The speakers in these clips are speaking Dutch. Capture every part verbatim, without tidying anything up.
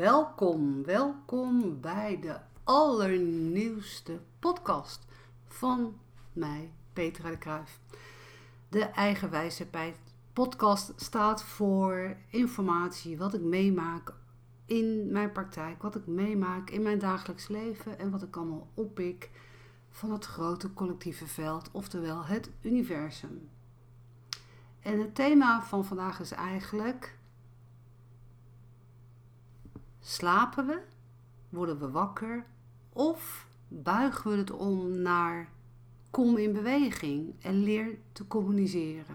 welkom, welkom bij de allernieuwste podcast van mij, Petra de Kruijf. De Eigenwijze podcast staat voor informatie, wat ik meemaak in mijn praktijk, wat ik meemaak in mijn dagelijks leven en wat ik allemaal oppik van het grote collectieve veld, oftewel het universum. En het thema van vandaag is eigenlijk: slapen we? Worden we wakker? Of buigen we het om naar kom in beweging en leer te communiceren?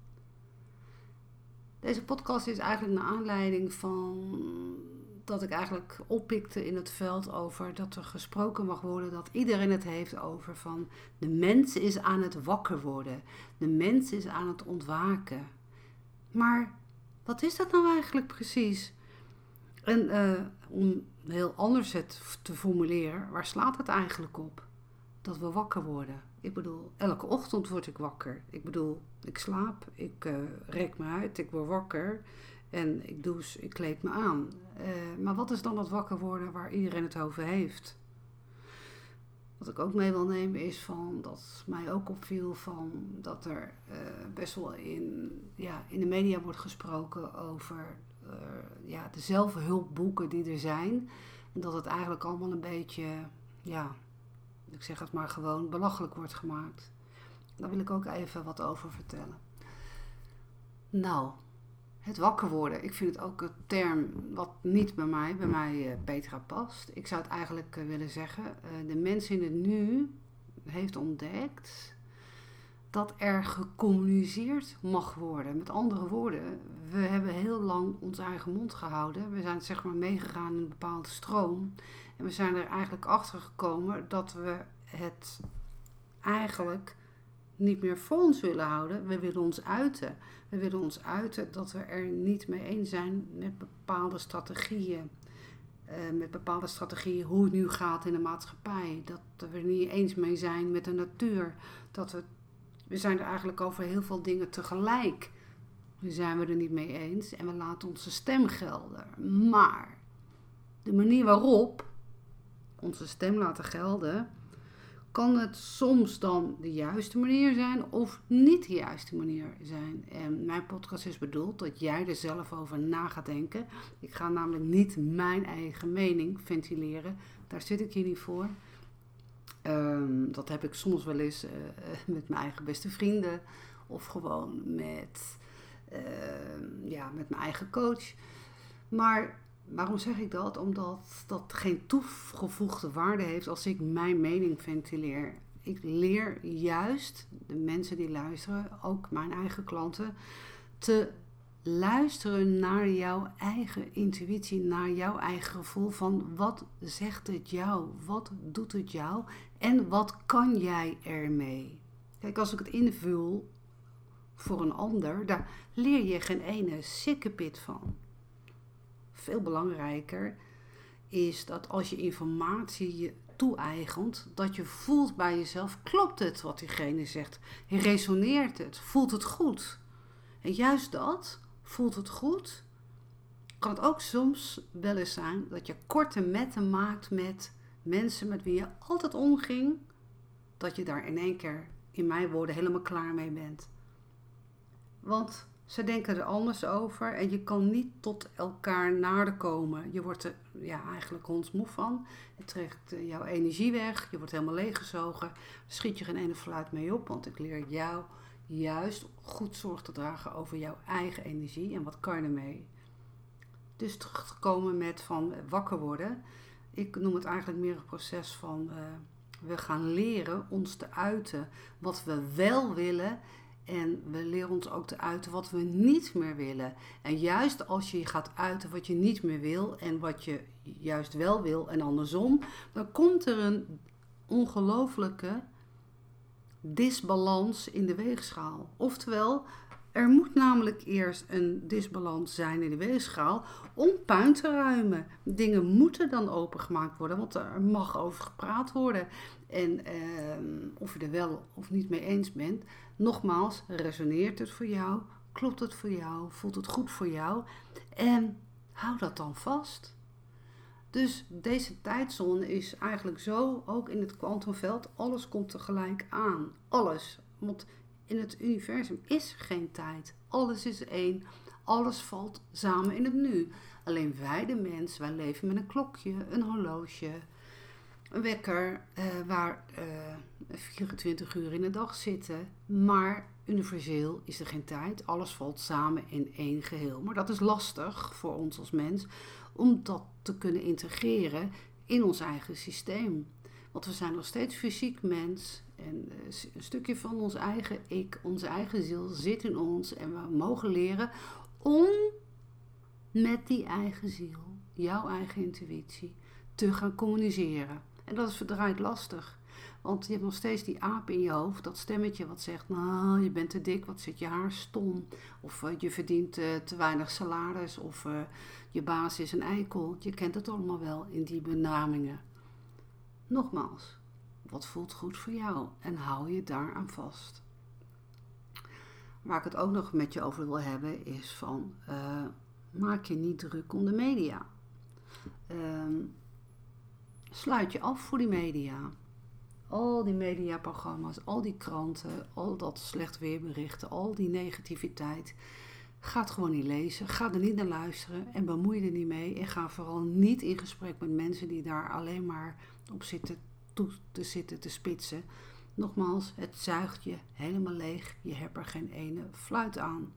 Deze podcast is eigenlijk naar aanleiding van dat ik eigenlijk oppikte in het veld over dat er gesproken mag worden, dat iedereen het heeft over van de mens is aan het wakker worden. De mens is aan het ontwaken. Maar wat is dat nou eigenlijk precies? En uh, om heel anders het te formuleren, waar slaat het eigenlijk op? Dat we wakker worden. Ik bedoel, elke ochtend word ik wakker. Ik bedoel, ik slaap, ik uh, rek me uit, ik word wakker en ik douche, ik kleed me aan. Uh, maar wat is dan dat wakker worden waar iedereen het over heeft? Wat ik ook mee wil nemen is van, dat mij ook opviel van dat er uh, best wel in, ja, in de media wordt gesproken over uh, ja, de zelfhulpboeken die er zijn. En dat het eigenlijk allemaal een beetje, ja, ik zeg het maar gewoon, belachelijk wordt gemaakt. Daar wil ik ook even wat over vertellen. Nou, het wakker worden. Ik vind het ook een term wat niet bij mij, bij mij uh, Petra past. Ik zou het eigenlijk uh, willen zeggen, uh, de mens in het nu heeft ontdekt dat er gecommuniceerd mag worden. Met andere woorden, we hebben heel lang ons eigen mond gehouden. We zijn zeg maar meegegaan in een bepaalde stroom. En we zijn er eigenlijk achter gekomen dat we het eigenlijk niet meer voor ons willen houden. We willen ons uiten. We willen ons uiten dat we er niet mee eens zijn met bepaalde strategieën. Uh, met bepaalde strategieën hoe het nu gaat in de maatschappij. Dat we er niet eens mee zijn met de natuur. Dat we, we zijn er eigenlijk over heel veel dingen tegelijk. Nu zijn we er niet mee eens en we laten onze stem gelden. Maar de manier waarop onze stem laten gelden, kan het soms dan de juiste manier zijn of niet de juiste manier zijn. En mijn podcast is bedoeld dat jij er zelf over na gaat denken. Ik ga namelijk niet mijn eigen mening ventileren. Daar zit ik hier niet voor. Um, dat heb ik soms wel eens uh, met mijn eigen beste vrienden. Of gewoon met, uh, ja, met mijn eigen coach. Maar waarom zeg ik dat? Omdat dat geen toegevoegde waarde heeft als ik mijn mening ventileer. Ik leer juist de mensen die luisteren, ook mijn eigen klanten, te luisteren naar jouw eigen intuïtie, naar jouw eigen gevoel van wat zegt het jou, wat doet het jou en wat kan jij ermee. Kijk, als ik het invul voor een ander, daar leer je geen ene sikkepit van. Veel belangrijker is dat als je informatie je toe-eigent, dat je voelt bij jezelf, klopt het wat diegene zegt? Resoneert het? Voelt het goed? En juist dat, voelt het goed, kan het ook soms wel eens zijn dat je korte metten maakt met mensen met wie je altijd omging, dat je daar in één keer, in mijn woorden, helemaal klaar mee bent. Want ze denken er anders over en je kan niet tot elkaar nader komen. Je wordt er ja, eigenlijk hondsmoe van. Het trekt jouw energie weg. Je wordt helemaal leeggezogen. Daar schiet je geen ene fluit mee op. Want ik leer jou juist goed zorg te dragen over jouw eigen energie. En wat kan je ermee? Dus terug te komen met van wakker worden. Ik noem het eigenlijk meer een proces van uh, we gaan leren ons te uiten. Wat we wel willen. En we leren ons ook te uiten wat we niet meer willen. En juist als je je gaat uiten wat je niet meer wil en wat je juist wel wil en andersom, dan komt er een ongelofelijke disbalans in de weegschaal. Oftewel, er moet namelijk eerst een disbalans zijn in de weegschaal om puin te ruimen. Dingen moeten dan opengemaakt worden, want er mag over gepraat worden. En eh, of je er wel of niet mee eens bent, nogmaals, resoneert het voor jou? Klopt het voor jou? Voelt het goed voor jou? En hou dat dan vast. Dus deze tijdzone is eigenlijk zo, ook in het kwantumveld, alles komt tegelijk aan. Alles. Want in het universum is geen tijd. Alles is één. Alles valt samen in het nu. Alleen wij, de mens, wij leven met een klokje, een horloge, een wekker, eh, waar eh, vierentwintig uur in de dag zitten. Maar universeel is er geen tijd. Alles valt samen in één geheel. Maar dat is lastig voor ons als mens om dat te kunnen integreren in ons eigen systeem. Want we zijn nog steeds fysiek mens. En een stukje van ons eigen ik, onze eigen ziel zit in ons. En we mogen leren om met die eigen ziel, jouw eigen intuïtie, te gaan communiceren. En dat is verdraaid lastig. Want je hebt nog steeds die aap in je hoofd, dat stemmetje wat zegt, nou, je bent te dik, wat zit je haar stom. Of uh, je verdient uh, te weinig salaris, of uh, je baas is een eikel. Je kent het allemaal wel in die benamingen. Nogmaals, wat voelt goed voor jou en hou je daaraan vast. Waar ik het ook nog met je over wil hebben is van, uh, maak je niet druk om de media. Uh, sluit je af voor die media. Al die mediaprogramma's, al die kranten, al dat slecht weerberichten, al die negativiteit. Ga het gewoon niet lezen, ga er niet naar luisteren en bemoei er niet mee. En ga vooral niet in gesprek met mensen die daar alleen maar op zitten toe te zitten te spitsen. Nogmaals, het zuigt je helemaal leeg, je hebt er geen ene fluit aan.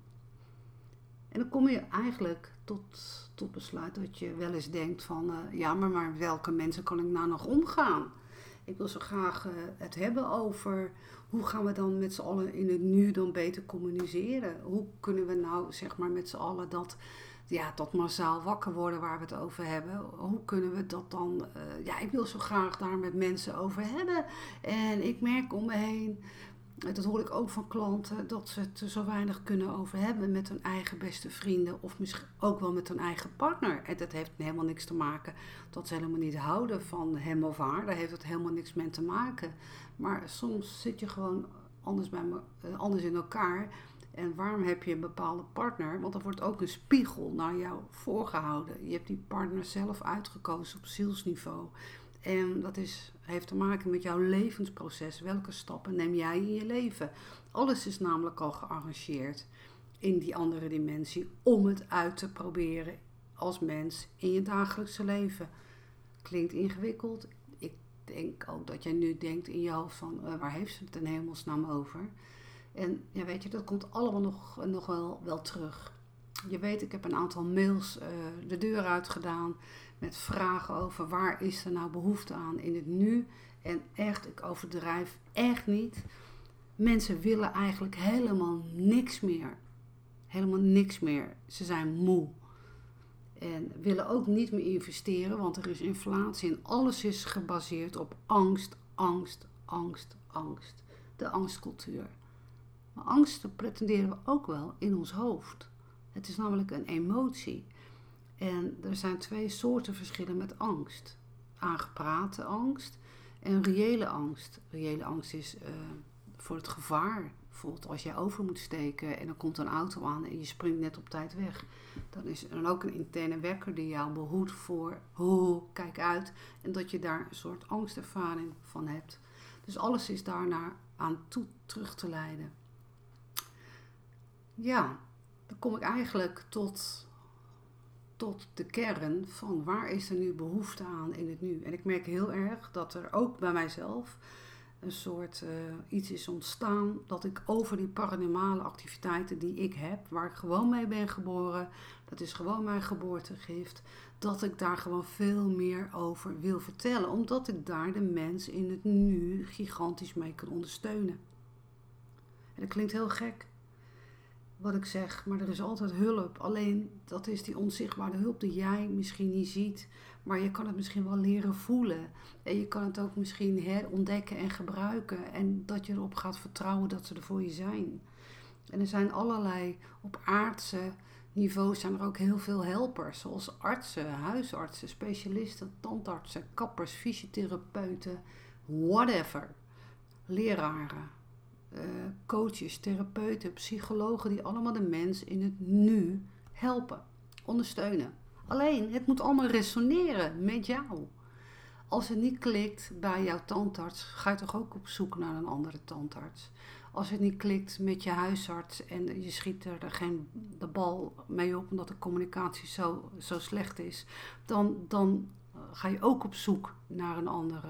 En dan kom je eigenlijk tot, tot besluit dat je wel eens denkt van, uh, ja, maar, maar welke mensen kan ik nou nog omgaan? Ik wil zo graag uh, het hebben over hoe gaan we dan met z'n allen in het nu dan beter communiceren? Hoe kunnen we nou zeg maar met z'n allen dat, ja, dat massaal wakker worden waar we het over hebben? Hoe kunnen we dat dan, uh, ja, ik wil zo graag daar met mensen over hebben. En ik merk om me heen, dat hoor ik ook van klanten, dat ze het er zo weinig kunnen over hebben met hun eigen beste vrienden of misschien ook wel met hun eigen partner. En dat heeft helemaal niks te maken dat ze helemaal niet houden van hem of haar. Daar heeft het helemaal niks mee te maken. Maar soms zit je gewoon anders, bij me, anders in elkaar. En waarom heb je een bepaalde partner? Want er wordt ook een spiegel naar jou voorgehouden. Je hebt die partner zelf uitgekozen op zielsniveau. En dat is, heeft te maken met jouw levensproces. Welke stappen neem jij in je leven? Alles is namelijk al gearrangeerd in die andere dimensie om het uit te proberen als mens in je dagelijkse leven. Klinkt ingewikkeld. Ik denk ook dat jij nu denkt in je hoofd van uh, waar heeft ze het in hemelsnaam over? En ja, weet je, dat komt allemaal nog, nog wel, wel terug. Je weet, ik heb een aantal mails uh, de deur uit gedaan met vragen over waar is er nou behoefte aan in het nu. En echt, ik overdrijf echt niet. Mensen willen eigenlijk helemaal niks meer. Helemaal niks meer. Ze zijn moe. En willen ook niet meer investeren, want er is inflatie en alles is gebaseerd op angst, angst, angst, angst. De angstcultuur. Maar angst pretenderen we ook wel in ons hoofd. Het is namelijk een emotie. En er zijn twee soorten verschillen met angst. Aangeprate angst en reële angst. Reële angst is uh, voor het gevaar. Bijvoorbeeld als jij over moet steken en er komt een auto aan en je springt net op tijd weg. Dan is er dan ook een interne wekker die jou behoedt voor, oh, kijk uit. En dat je daar een soort angstervaring van hebt. Dus alles is daarnaar aan toe terug te leiden. Ja, dan kom ik eigenlijk tot, tot de kern van waar is er nu behoefte aan in het nu. En ik merk heel erg dat er ook bij mijzelf een soort uh, iets is ontstaan dat ik over die paranormale activiteiten die ik heb, waar ik gewoon mee ben geboren, dat is gewoon mijn geboortegift, dat ik daar gewoon veel meer over wil vertellen. Omdat ik daar de mens in het nu gigantisch mee kan ondersteunen. En dat klinkt heel gek. Wat ik zeg, maar er is altijd hulp. Alleen dat is die onzichtbare hulp die jij misschien niet ziet. Maar je kan het misschien wel leren voelen. En je kan het ook misschien herontdekken en gebruiken. En dat je erop gaat vertrouwen dat ze er voor je zijn. En er zijn allerlei, op aardse niveaus zijn er ook heel veel helpers. Zoals artsen, huisartsen, specialisten, tandartsen, kappers, fysiotherapeuten, whatever. Leraren. Uh, coaches, therapeuten, psychologen die allemaal de mens in het nu helpen, ondersteunen. Alleen, het moet allemaal resoneren met jou. Als het niet klikt bij jouw tandarts, ga je toch ook op zoek naar een andere tandarts. Als het niet klikt met je huisarts en je schiet er geen de bal mee op omdat de communicatie zo, zo slecht is, dan, dan ga je ook op zoek naar een andere,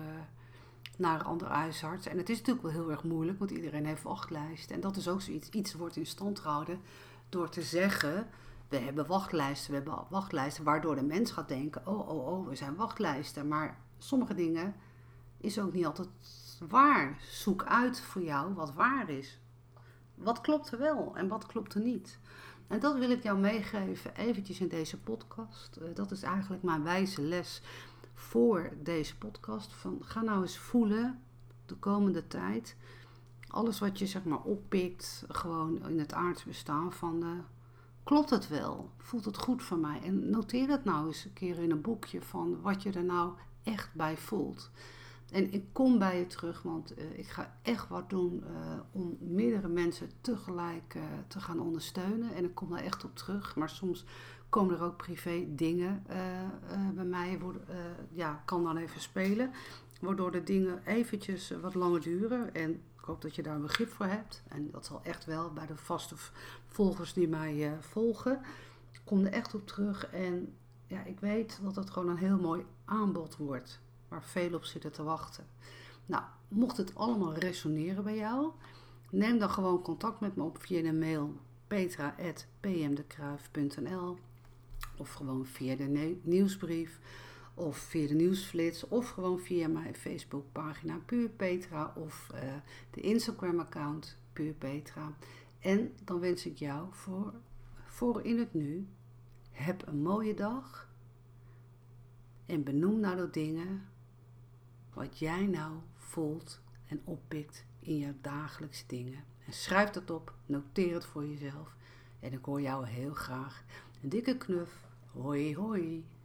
naar een andere huisarts. En het is natuurlijk wel heel erg moeilijk, want iedereen heeft wachtlijsten. En dat is ook zoiets. Iets wordt in stand gehouden door te zeggen, we hebben wachtlijsten, we hebben wachtlijsten, waardoor de mens gaat denken, oh, oh, oh, we zijn wachtlijsten. Maar sommige dingen is ook niet altijd waar. Zoek uit voor jou wat waar is. Wat klopt er wel en wat klopt er niet? En dat wil ik jou meegeven eventjes in deze podcast. Uh, dat is eigenlijk mijn wijze les voor deze podcast. Van, ga nou eens voelen de komende tijd. Alles wat je zeg maar oppikt, gewoon in het aards bestaan van... Uh, klopt het wel? Voelt het goed voor mij? En noteer het nou eens een keer in een boekje van wat je er nou echt bij voelt. En ik kom bij je terug, want uh, ik ga echt wat doen uh, om meerdere mensen tegelijk uh, te gaan ondersteunen. En ik kom daar echt op terug. Maar soms komen er ook privé dingen uh, uh, bij mij. Worden, uh, ja, kan dan even spelen. Waardoor de dingen eventjes uh, wat langer duren. En ik hoop dat je daar een begrip voor hebt. En dat zal echt wel bij de vaste volgers die mij uh, volgen. Ik kom er echt op terug. En ja, ik weet dat het gewoon een heel mooi aanbod wordt. Waar veel op zitten te wachten. Nou, mocht het allemaal resoneren bij jou, neem dan gewoon contact met me op via de mail petra apenstaartje p m de kruif punt n l of gewoon via de ne- nieuwsbrief of via de nieuwsflits of gewoon via mijn Facebookpagina Puur Petra of uh, de Instagram account Puur Petra. En dan wens ik jou voor, voor in het nu, heb een mooie dag en benoem nou de dingen wat jij nou voelt en oppikt in jouw dagelijkse dingen. En schrijf dat op, noteer het voor jezelf. En ik hoor jou heel graag. Een dikke knuf. Hoi hoi.